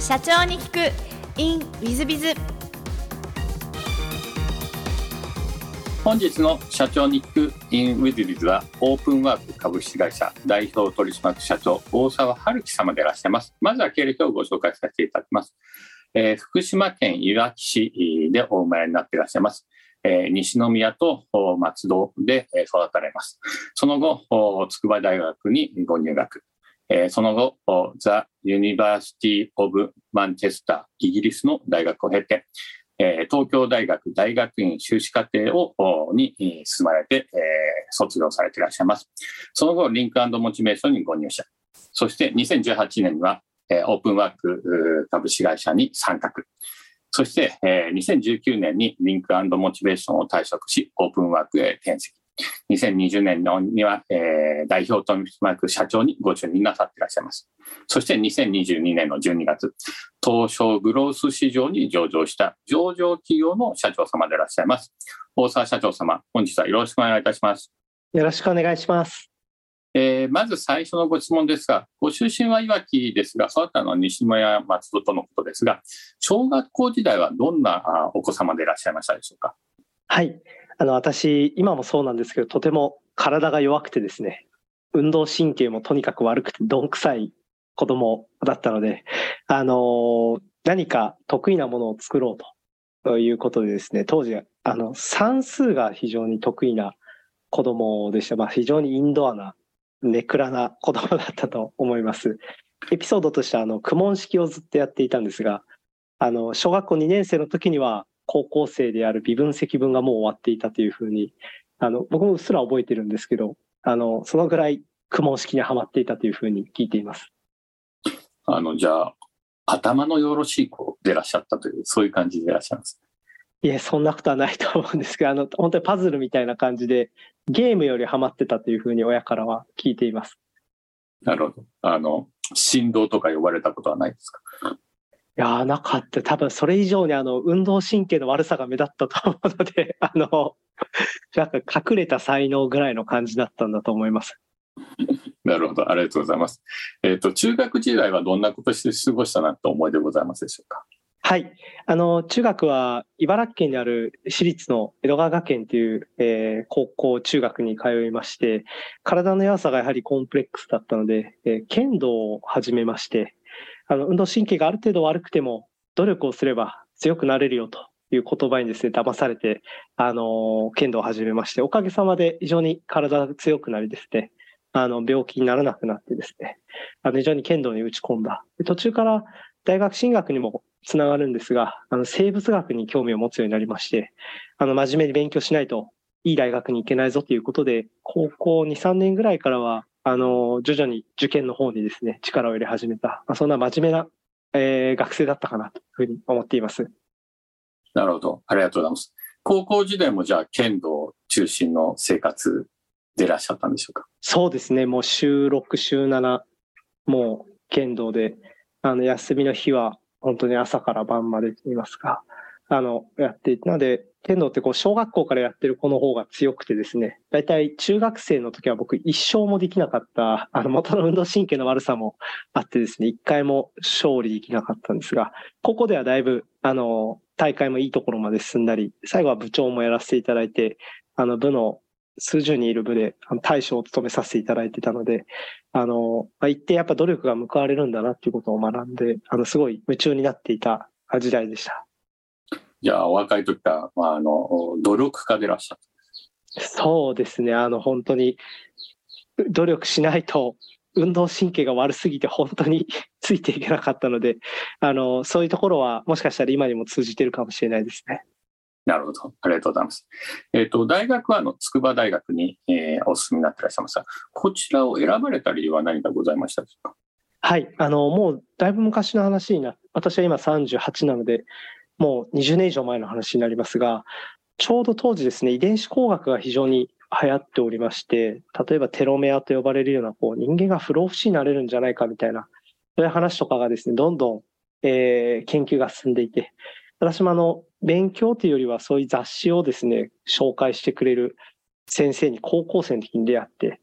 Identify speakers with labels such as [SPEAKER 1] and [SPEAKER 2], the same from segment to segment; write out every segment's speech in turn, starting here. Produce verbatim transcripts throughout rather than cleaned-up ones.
[SPEAKER 1] 社長に聞く in ウィズビズ。
[SPEAKER 2] 本日の社長に聞く in ウィズビズはオープンワーク株式会社代表取締役社長大沢春樹様でいらっしゃいます。まずは経歴をご紹介させていただきます。えー、福島県いわき市でお生まれになっていらっしゃいます。えー、西宮と松戸で育たれます。その後筑波大学にご入学、えー、その後ザ・ユニバーシティ・オブ・マンチェスターイギリスの大学を経て、えー、東京大学大学院修士課程をに進まれて、えー、卒業されていらっしゃいます。その後リンク&モチベーションにご入社、そしてにせんじゅうはちねんにはオープンワーク株式会社に参画、そして、えー、にせんじゅうきゅうねんにリンク&モチベーションを退職しオープンワークへ転籍、にせんにじゅうねんには、えー、代表取締役社長にご就任なさっていらっしゃいます。そしてにせんにじゅうにねんのじゅうにがつ、東証グロース市場に上場した上場企業の社長様でいらっしゃいます。大沢社長様、本日はよろしくお願いいたします。
[SPEAKER 3] よろしくお願いします。
[SPEAKER 2] えー、まず最初のご質問ですが、ご出身はいわきですが、育ったのは西宮松戸とのことですが、小学校時代はどんなお子様でいらっしゃいましたでしょうか。
[SPEAKER 3] はい、あの私今もそうなんですけど、とても体が弱くてですね、運動神経もとにかく悪くてどんくさい子供だったので、あの何か得意なものを作ろうということでですね、当時あの算数が非常に得意な子供でした。まあ、非常にインドアなネクラな子供だったと思います。エピソードとしてはあの公文式をずっとやっていたんですが、あの小学校にねん生の時には高校生である微分積分がもう終わっていたというふうに、あの僕もうっすら覚えてるんですけど、あのそのぐらい公文式にはまっていたというふうに聞いています。
[SPEAKER 2] あのじゃあ頭のよろしい子でいらっしゃったという、そういう感じでいらっしゃいます。
[SPEAKER 3] いえ、そんなことはないと思うんですけど、あの本当にパズルみたいな感じでゲームよりハマってたというふうに親からは聞いています。
[SPEAKER 2] なるほど。あの振動とか呼ばれたことはないですか。
[SPEAKER 3] いやなかった。多分それ以上にあの運動神経の悪さが目立ったと思うので、あのなんか隠れた才能ぐらいの感じだったんだと思います。
[SPEAKER 2] なるほど、ありがとうございます。えっと中学時代はどんなことして過ごしたなと思いでございますでしょうか。
[SPEAKER 3] はい、あの中学は茨城県にある私立の江戸川学園という、えー、高校中学に通いまして、体の弱さがやはりコンプレックスだったので、えー、剣道を始めまして、あの運動神経がある程度悪くても努力をすれば強くなれるよという言葉にですね騙されて、あの剣道を始めまして、おかげさまで非常に体が強くなりですね、あの病気にならなくなってですね、あの非常に剣道に打ち込んだ。途中から大学進学にもつながるんですが、あの生物学に興味を持つようになりまして、あの真面目に勉強しないといい大学に行けないぞということで、高校に、さんねんぐらいからはあの徐々に受験の方にですね力を入れ始めた、そんな真面目な、えー、学生だったかなというふうに思っています。
[SPEAKER 2] なるほど、ありがとうございます。高校時代もじゃあ剣道中心の生活でいらっしゃったんでしょうか。
[SPEAKER 3] そうですね、もう週ろく、週なな、もう剣道で、あの休みの日は本当に朝から晩までといいますか、あのやっていたので、剣道ってこう小学校からやってる子の方が強くてですね、だいたい中学生の時は僕一勝もできなかった、あの元の運動神経の悪さもあってですね、一回も勝利できなかったんですが、ここではだいぶあの大会もいいところまで進んだり、最後は部長もやらせていただいて、あの部の数十人いる部で大将を務めさせていただいてたので、あの一定やっぱ努力が報われるんだなっていうことを学んで、あのすごい夢中になっていた時代でした。
[SPEAKER 2] じゃあお若い時から、まあ、あの努力家でいらっしゃった。
[SPEAKER 3] そうですね、あの本当に努力しないと運動神経が悪すぎて本当についていけなかったので、あのそういうところはもしかしたら今にも通じているかもしれないですね。
[SPEAKER 2] なるほど、ありがとうございます。えっと大学はあの筑波大学に、えー、お進みになっていらっしゃいますが、こちらを選ばれた理由は何かございましたでしょうか。
[SPEAKER 3] はい、あのもうだいぶ昔の話になって、私は今さんじゅうはちなのでもうにじゅうねん以上前の話になりますが、ちょうど当時ですね、遺伝子工学が非常に流行っておりまして、例えばテロメアと呼ばれるようなこう人間が不老不死になれるんじゃないかみたいな、そういう話とかがですねどんどん、えー、研究が進んでいて、私もあの勉強というよりはそういう雑誌をですね紹介してくれる先生に高校生の時に出会って、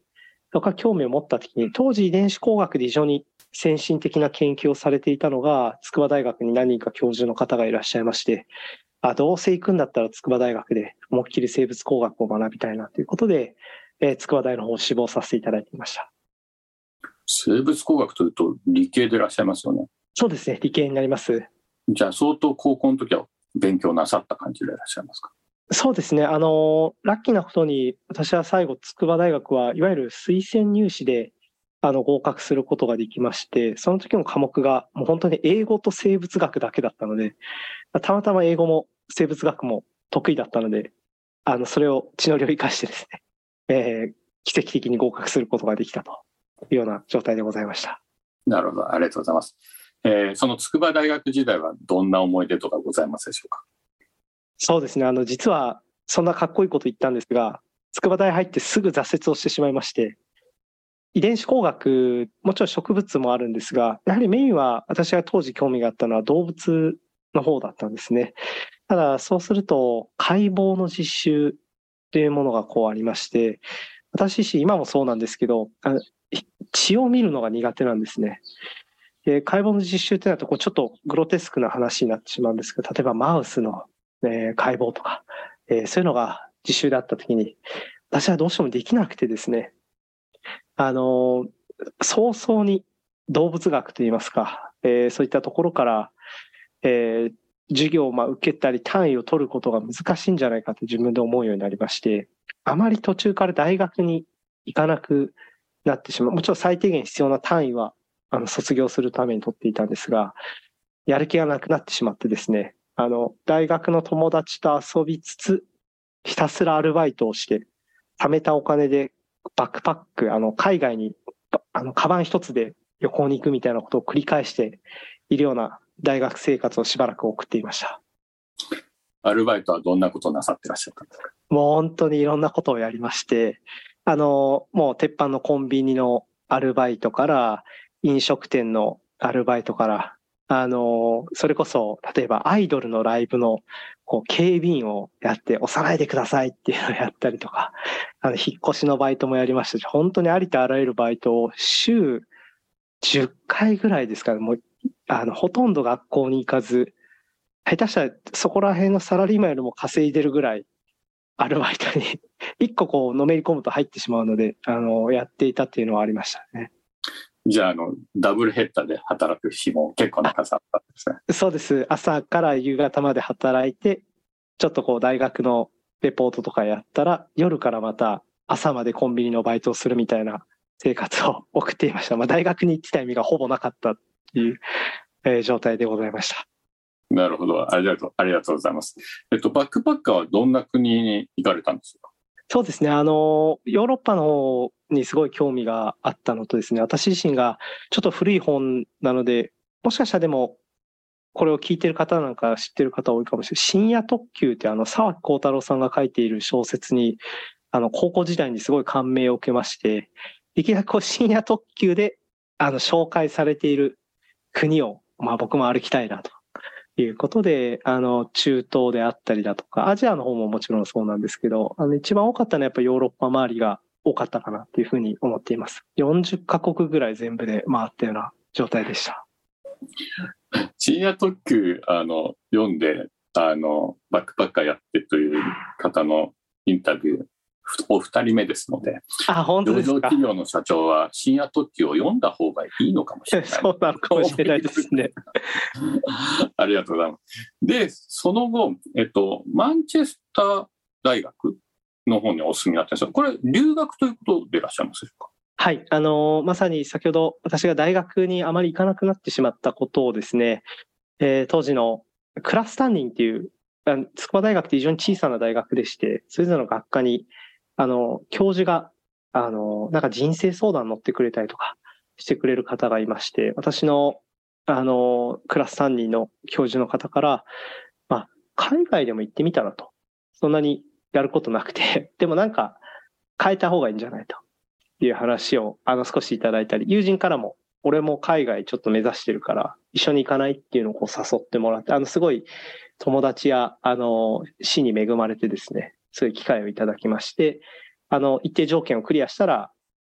[SPEAKER 3] とか興味を持った時に、当時遺伝子工学で非常に先進的な研究をされていたのが、筑波大学に何人か教授の方がいらっしゃいまして、あ、どうせ行くんだったら筑波大学で思いっきり生物工学を学びたいなということで、えー、筑波大の方を志望させていただいていました。
[SPEAKER 2] 生物工学というと理系でいらっしゃいますよね。
[SPEAKER 3] そうですね、理系になります。
[SPEAKER 2] じゃあ相当高校の時は勉強なさった感じでいらっしゃいますか？
[SPEAKER 3] そうですね、あのラッキーなことに私は最後筑波大学はいわゆる推薦入試であの合格することができまして、その時の科目がもう本当に英語と生物学だけだったので、たまたま英語も生物学も得意だったので、あのそれを血のりを生かしてですね、えー、奇跡的に合格することができたというような状態でございました。
[SPEAKER 2] なるほど、ありがとうございます。えー、その筑波大学時代はどんな思い出とかございますでしょうか？
[SPEAKER 3] そうですね、あの実はそんなかっこいいこと言ったんですが、筑波大入ってすぐ挫折をしてしまいまして、遺伝子工学、もちろん植物もあるんですが、やはりメインは私が当時興味があったのは動物の方だったんですね。ただそうすると解剖の実習というものがこうありまして、私自身今もそうなんですけど、あの血を見るのが苦手なんですね。で解剖の実習というのはこうちょっとグロテスクな話になってしまうんですけど、例えばマウスの、えー、解剖とか、えー、そういうのが実習であったときに、私はどうしてもできなくてですね、あの早々に動物学といいますか、えー、そういったところから、えー、授業をまあ受けたり単位を取ることが難しいんじゃないかと自分で思うようになりまして、あまり途中から大学に行かなくなってしまう。もちろん最低限必要な単位はあの卒業するために取っていたんですが、やる気がなくなってしまってですね、あの大学の友達と遊びつつひたすらアルバイトをして貯めたお金でバックパック、あの海外にあのカバン一つで旅行に行くみたいなことを繰り返しているような大学生活をしばらく送っていました。
[SPEAKER 2] アルバイトはどんなことをなさってらっしゃったんですか？
[SPEAKER 3] もう本当にいろんなことをやりまして、あのもう鉄板のコンビニのアルバイトから飲食店のアルバイトから、あのそれこそ例えばアイドルのライブのこう警備員をやって押さないでくださいっていうのをやったりとか、あの引っ越しのバイトもやりましたし、本当にありとあらゆるバイトを週じゅっかいぐらいですから、もうあのほとんど学校に行かず、下手したらそこら辺のサラリーマンよりも稼いでるぐらいアルバイトに一個こうのめり込むと入ってしまうので、あのやっていたっていうのはありましたね。
[SPEAKER 2] じゃあ、あのダブルヘッダーで働く日も結構な数あったんですね。
[SPEAKER 3] そうです。朝から夕方まで働いて、ちょっとこう大学のレポートとかやったら夜からまた朝までコンビニのバイトをするみたいな生活を送っていました。まあ、大学に行ってた意味がほぼなかったっていう、えー、状態でございました。
[SPEAKER 2] なるほど、ありがとう、ありがとうございます。えっと、バックパッカーはどんな国に行かれたんですか？
[SPEAKER 3] そうですね、あのヨーロッパの方にすごい興味があったのとですね、私自身がちょっと古い本なので、もしかしたらでもこれを聞いてる方なんか知ってる方多いかもしれない。深夜特急ってあの沢木耕太郎さんが書いている小説に、あの高校時代にすごい感銘を受けまして、いきなりこう深夜特急であの紹介されている国を、まあ、僕も歩きたいなということで、あの中東であったりだとかアジアの方ももちろんそうなんですけど、あの一番多かったのはやっぱヨーロッパ周りが多かったかなというふうに思っています。よんじゅっカ国ぐらい全部で回ったような状態でした。
[SPEAKER 2] 深夜特急あの読んであのバックパッカーやってという方のインタビューお二人目ですので、
[SPEAKER 3] あ、本当ですか。
[SPEAKER 2] 上場企業の社長は深夜特急を読んだ方がいいのかもしれない。
[SPEAKER 3] そうなのかもしれないですね。
[SPEAKER 2] ありがとうございます。で、その後、えっと、マンチェスター大学の方にお住みになってるんですが、これ留学ということでいらっしゃいますでしょうか？
[SPEAKER 3] はい、あのまさに先ほど私が大学にあまり行かなくなってしまったことをですね、えー、当時のクラス担任っていう筑波大学って非常に小さな大学でして、それぞれの学科にあの教授があのなんか人生相談乗ってくれたりとかしてくれる方がいまして、私のあのクラス担任の教授の方から、まあ、海外でも行ってみたらと、そんなにやることなくてでもなんか変えた方がいいんじゃないという話をあの少しいただいたり、友人からも俺も海外ちょっと目指してるから一緒に行かないっていうのをこう誘ってもらって、あのすごい友達やあの師に恵まれてですね、そういう機会をいただきまして、あの一定条件をクリアしたら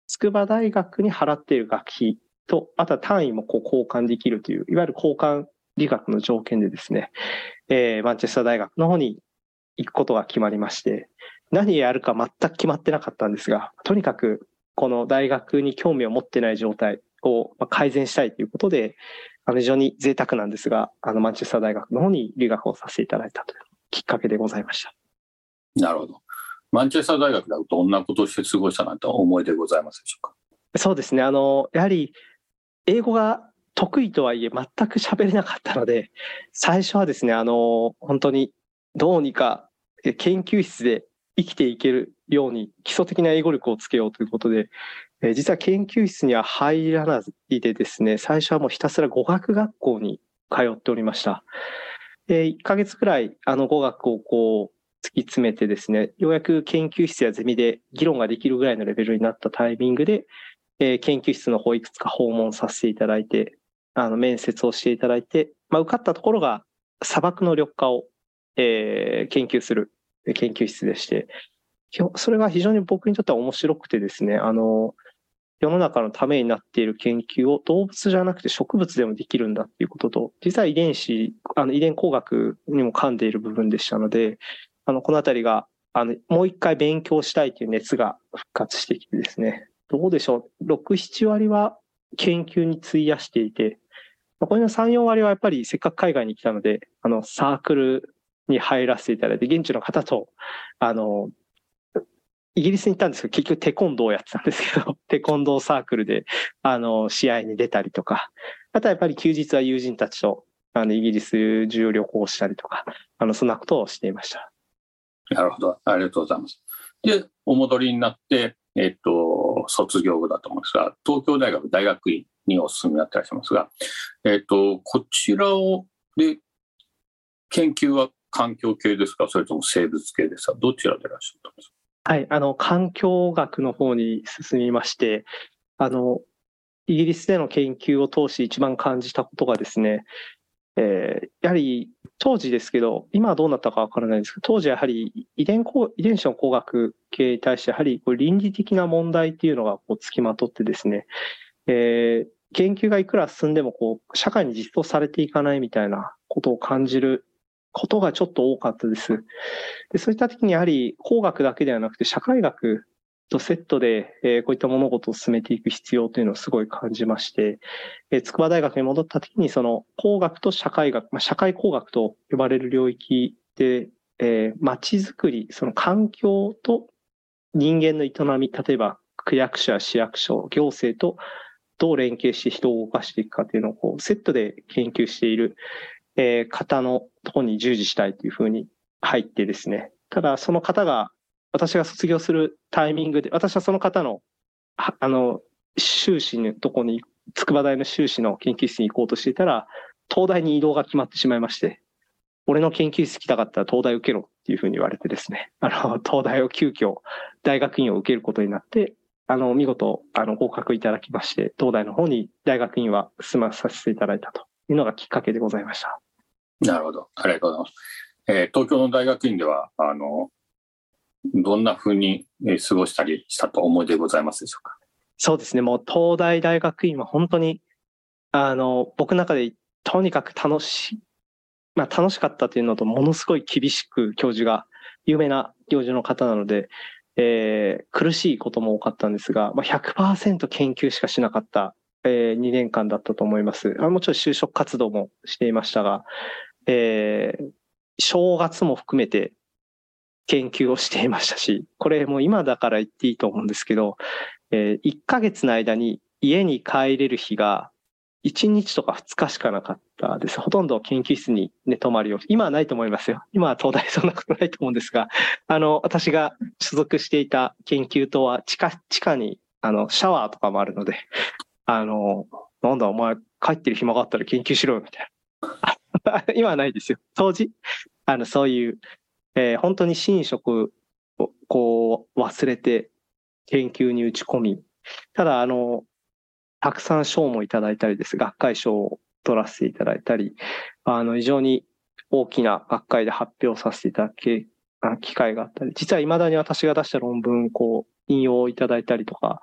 [SPEAKER 3] 筑波大学に払っている学費と、あとは単位もこう交換できるという、いわゆる交換留学の条件でですね、えー、マンチェスター大学の方に行くことが決まりまして、何やるか全く決まってなかったんですが、とにかくこの大学に興味を持ってない状態を改善したいということで、あの非常に贅沢なんですが、あのマンチェスター大学の方に留学をさせていただいたというきっかけでございました。
[SPEAKER 2] なるほど。マンチェスター大学ではどんなことをして過ごしたなんて思い出ございますでしょうか？
[SPEAKER 3] そうですね。あの、やはり英語が得意とはいえ全く喋れなかったので、最初はですね、あの、本当にどうにか研究室で生きていけるように基礎的な英語力をつけようということで、えー、実は研究室には入らないでですね、最初はもうひたすら語学学校に通っておりました。えー、いっかげつくらいあの語学をこう突き詰めてですね、ようやく研究室やゼミで議論ができるぐらいのレベルになったタイミングで、えー、研究室の方いくつか訪問させていただいて、あの面接をしていただいて、まあ、受かったところが砂漠の緑化を、えー、研究する研究室でして、それが非常に僕にとっては面白くてですね、あの、世の中のためになっている研究を動物じゃなくて植物でもできるんだっていうことと、実は遺伝子、あの遺伝工学にも噛んでいる部分でしたので、あの、このあたりが、あの、もう一回勉強したいという熱が復活してきてですね、どうでしょう、ろく、なな割は研究に費やしていて、これのさん、よん割はやっぱりせっかく海外に来たので、あの、サークルに入らせていただいて、現地の方と、あの、イギリスに行ったんですけど、結局テコンドーをやってたんですけど、テコンドーサークルで、あの、試合に出たりとか、あとはやっぱり休日は友人たちと、あの、イギリス自由旅行したりとか、あの、そんなことをしていました。
[SPEAKER 2] なるほど。ありがとうございます。で、お戻りになって、えっと、卒業後だと思うんですが、東京大学大学院にお進みになっていらっしゃいますが、えっと、こちらを、で、研究は環境系ですか、それとも生物系ですか、どちらでいらっしゃったんですか？
[SPEAKER 3] はい、あの、環境学の方に進みまして、あの、イギリスでの研究を通して一番感じたことがですね、えー、やはり当時ですけど、今はどうなったかわからないんですけど、当時はやはり遺伝工、遺伝子の工学系に対して、やはりこう倫理的な問題っていうのがこう付きまとってですね、えー、研究がいくら進んでもこう社会に実装されていかないみたいなことを感じることがちょっと多かったです。で、そういった時にやはり工学だけではなくて社会学とセットで、えー、こういった物事を進めていく必要というのをすごい感じまして、えー、筑波大学に戻った時にその工学と社会学、まあ、社会工学と呼ばれる領域で、えー、街づくり、その環境と人間の営み、例えば区役所や市役所、行政とどう連携して人を動かしていくかというのをこうセットで研究している、えー、方のところに従事したいというふうに入ってですね。ただその方が私が卒業するタイミングで、私はその方のあの修士のとこに筑波大の修士の研究室に行こうとしていたら、東大に移動が決まってしまいまして、俺の研究室来たかったら東大受けろっていうふうに言われてですね、あの東大を急遽大学院を受けることになって、あの見事あの合格いただきまして、東大の方に大学院は進まさせていただいたというのがきっかけでございました。
[SPEAKER 2] なるほど、ありがとうございます。えー、東京の大学院ではあのどんなふうに過ごしたりしたと思い出ございますでしょうか？
[SPEAKER 3] そうですね、もう東大大学院は本当にあの僕の中でとにかく楽しい、まあ、楽しかったというのと、ものすごい厳しく教授が有名な教授の方なので、えー、苦しいことも多かったんですが、まあ、ひゃくパーセント 研究しかしなかった、えー、にねんかんだったと思います。あもちろん就職活動もしていましたが、えー、正月も含めて研究をしていましたし、これもう今だから言っていいと思うんですけど、えー、いっかげつの間に家に帰れる日がいちにちとかふつかしかなかったです。ほとんど研究室に寝泊まりを。今はないと思いますよ。今は東大そんなことないと思うんですが、あの、私が所属していた研究棟は地下、地下に、あの、シャワーとかもあるので、あの、なんだお前帰ってる暇があったら研究しろよ、みたいな。今はないですよ。当時、あの、そういう、えー、本当に寝食をこう忘れて研究に打ち込み、ただ、あの、たくさん賞もいただいたりです。学会賞を取らせていただいたり、あの、非常に大きな学会で発表させていただく機会があったり、実は未だに私が出した論文、こう、引用いただいたりとか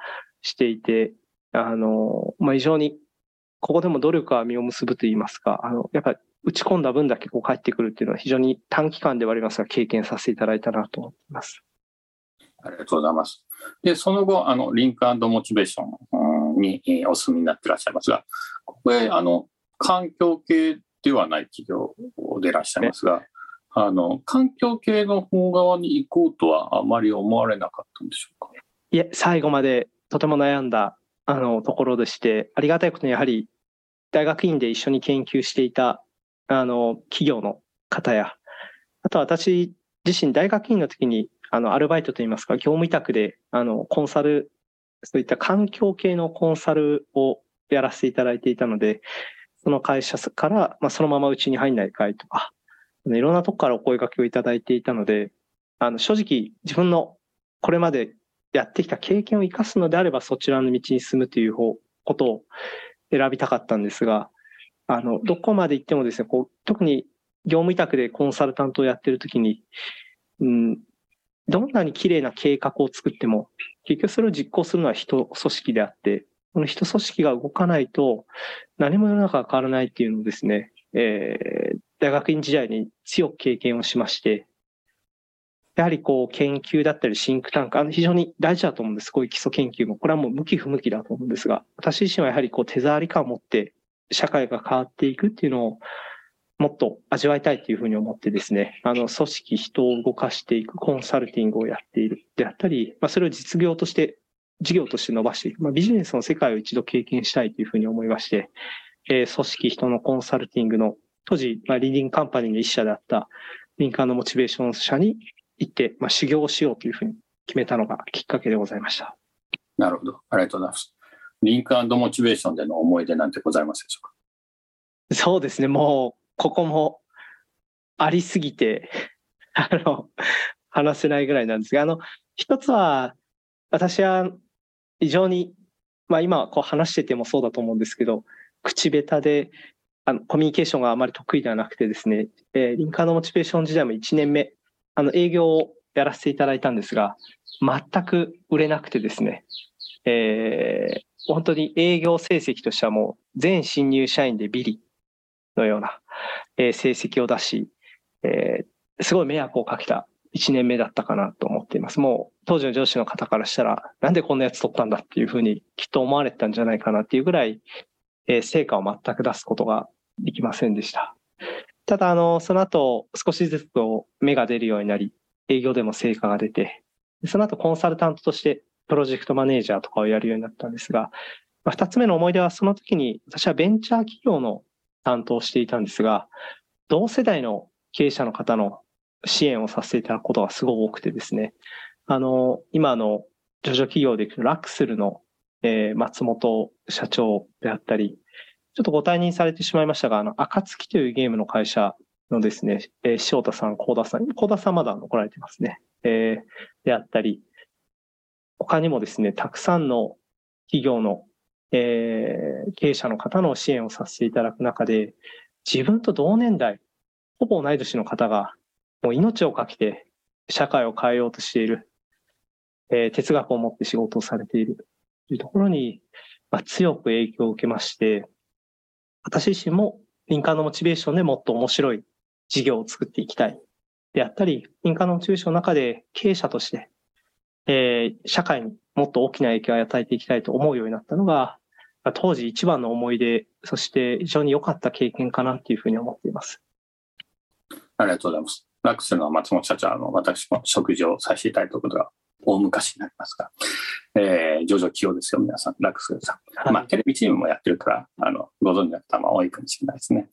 [SPEAKER 3] していて、あの、まあ、非常に、ここでも努力は実を結ぶといいますか、あの、やっぱり打ち込んだ分だけこう返ってくるっていうのは非常に短期間ではありますが、経験させていただいたなと思っています。
[SPEAKER 2] ありがとうございます。で、その後、あの、リンク&モチベーションにお住みになっていらっしゃいますが、ここへ、あの、環境系ではない企業でいらっしゃいますが、あの、環境系の方側に行こうとはあまり思われなかったんでしょうか？
[SPEAKER 3] いえ、最後までとても悩んだ、あの、ところでして、ありがたいことにやはり、大学院で一緒に研究していた、あの、企業の方や、あと私自身大学院の時に、あの、アルバイトといいますか、業務委託で、あの、コンサル、そういった環境系のコンサルをやらせていただいていたので、その会社から、まあ、そのままうちに入んないかいとか、いろんなとこからお声掛けをいただいていたので、あの、正直自分のこれまでやってきた経験を生かすのであれば、そちらの道に進むということを選びたかったんですが、あの、どこまで行ってもですね、こう、特に業務委託でコンサルタントをやっているときに、うん、どんなに綺麗な計画を作っても、結局それを実行するのは人組織であって、この人組織が動かないと何も世の中が変わらないっていうのをですね、えー、大学院時代に強く経験をしまして、やはりこう研究だったりシンクタンク、あの非常に大事だと思うんです。こういう基礎研究も。これはもう向き不向きだと思うんですが、私自身はやはりこう手触り感を持って社会が変わっていくっていうのをもっと味わいたいというふうに思ってですね、あの組織、人を動かしていくコンサルティングをやっているであったり、まあ、それを実業として、事業として伸ばしていく、まあ、ビジネスの世界を一度経験したいというふうに思いまして、えー、組織、人のコンサルティングの当時、まあ、リーディングカンパニーの一社であったリンク&モチベーション社に行って、まあ、修行をしようというふうに決めたのがきっかけでございました。
[SPEAKER 2] なるほど。ありがとうございます。リンク&モチベーションでの思い出なんてございますでしょうか？
[SPEAKER 3] そうですね。もう、ここもありすぎて、あの、話せないぐらいなんですが、あの、一つは、私は非常に、まあ今こう話しててもそうだと思うんですけど、口下手で、あの、コミュニケーションがあまり得意ではなくてですね、えー、リンカーのモチベーション時代もいちねんめ、あの、営業をやらせていただいたんですが、全く売れなくてですね、えー、本当に営業成績としてはもう全新入社員でビリのような、えー、成績を出し、えー、すごい迷惑をかけたいちねんめだったかなと思っています。もう当時の上司の方からしたら、なんでこんなやつ取ったんだっていうふうにきっと思われてたんじゃないかなっていうぐらい、えー、成果を全く出すことができませんでした。ただ、あの、その後少しずつと芽が出るようになり、営業でも成果が出て、その後コンサルタントとしてプロジェクトマネージャーとかをやるようになったんですが、まあ、二つ目の思い出はその時に私はベンチャー企業の担当をしていたんですが、同世代の経営者の方の支援をさせていただくことがすごく多くてですね、あの、今の上場企業でいうラクスルの、えー、松本社長であったり、ちょっとご退任されてしまいましたが、あの、暁というゲームの会社のですね、えー、塩田さん、幸田さん、幸田さんまだ残られてますね、えー、であったり、他にもですね、たくさんの企業の、えー、経営者の方の支援をさせていただく中で、自分と同年代、ほぼ同い年の方が、もう命をかけて社会を変えようとしている、えー、哲学を持って仕事をされているというところに、まあ、強く影響を受けまして、私自身もリンカーのモチベーションでもっと面白い事業を作っていきたいであったり、リンカーのモチベーションの中で経営者として、えー、社会にもっと大きな影響を与えていきたいと思うようになったのが、当時一番の思い出、そして非常に良かった経験かなというふうに思っています。
[SPEAKER 2] ありがとうございます。ラクスルの松本社長は私も食事をさせていただいたことが大昔になりますが、えー、上場企業ですよ、皆さん、ラクスルさん。はい、まあ、テレビチームもやってるから、あの、ご存知の方も多いかもしれないですね。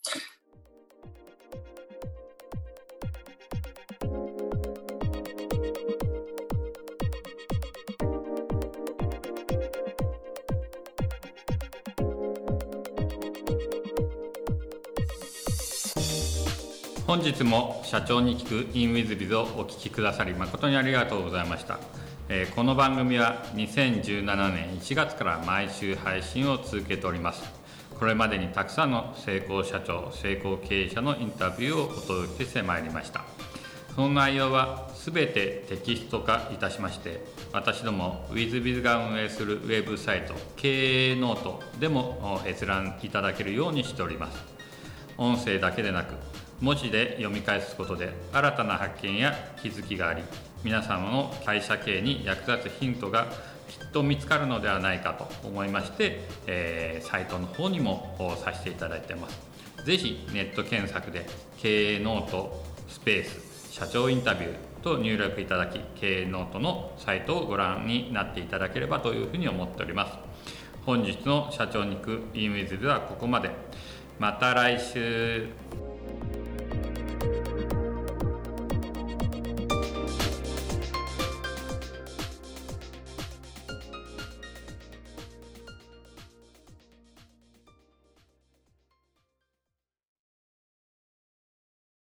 [SPEAKER 2] 本日も社長に聞く イン ウィズ ビズ をお聞きくださり誠にありがとうございました。えー、この番組はにせんじゅうななねんいちがつから毎週配信を続けております。これまでにたくさんの成功社長、成功経営者のインタビューをお届けしてまいりました。その内容はすべてテキスト化いたしまして、
[SPEAKER 4] 私ども ウィズビズ が運営するウェブサイト経営ノートでも閲覧いただけるようにしております。音声だけでなく文字で読み返すことで新たな発見や気づきがあり、皆様の会社経営に役立つヒントがきっと見つかるのではないかと思いまして、えー、サイトの方にもさせていただいています。ぜひネット検索で経営ノートスペース社長インタビューと入力いただき、経営ノートのサイトをご覧になっていただければというふうに思っております。本日の社長に行く インウィズではここまで。また来週。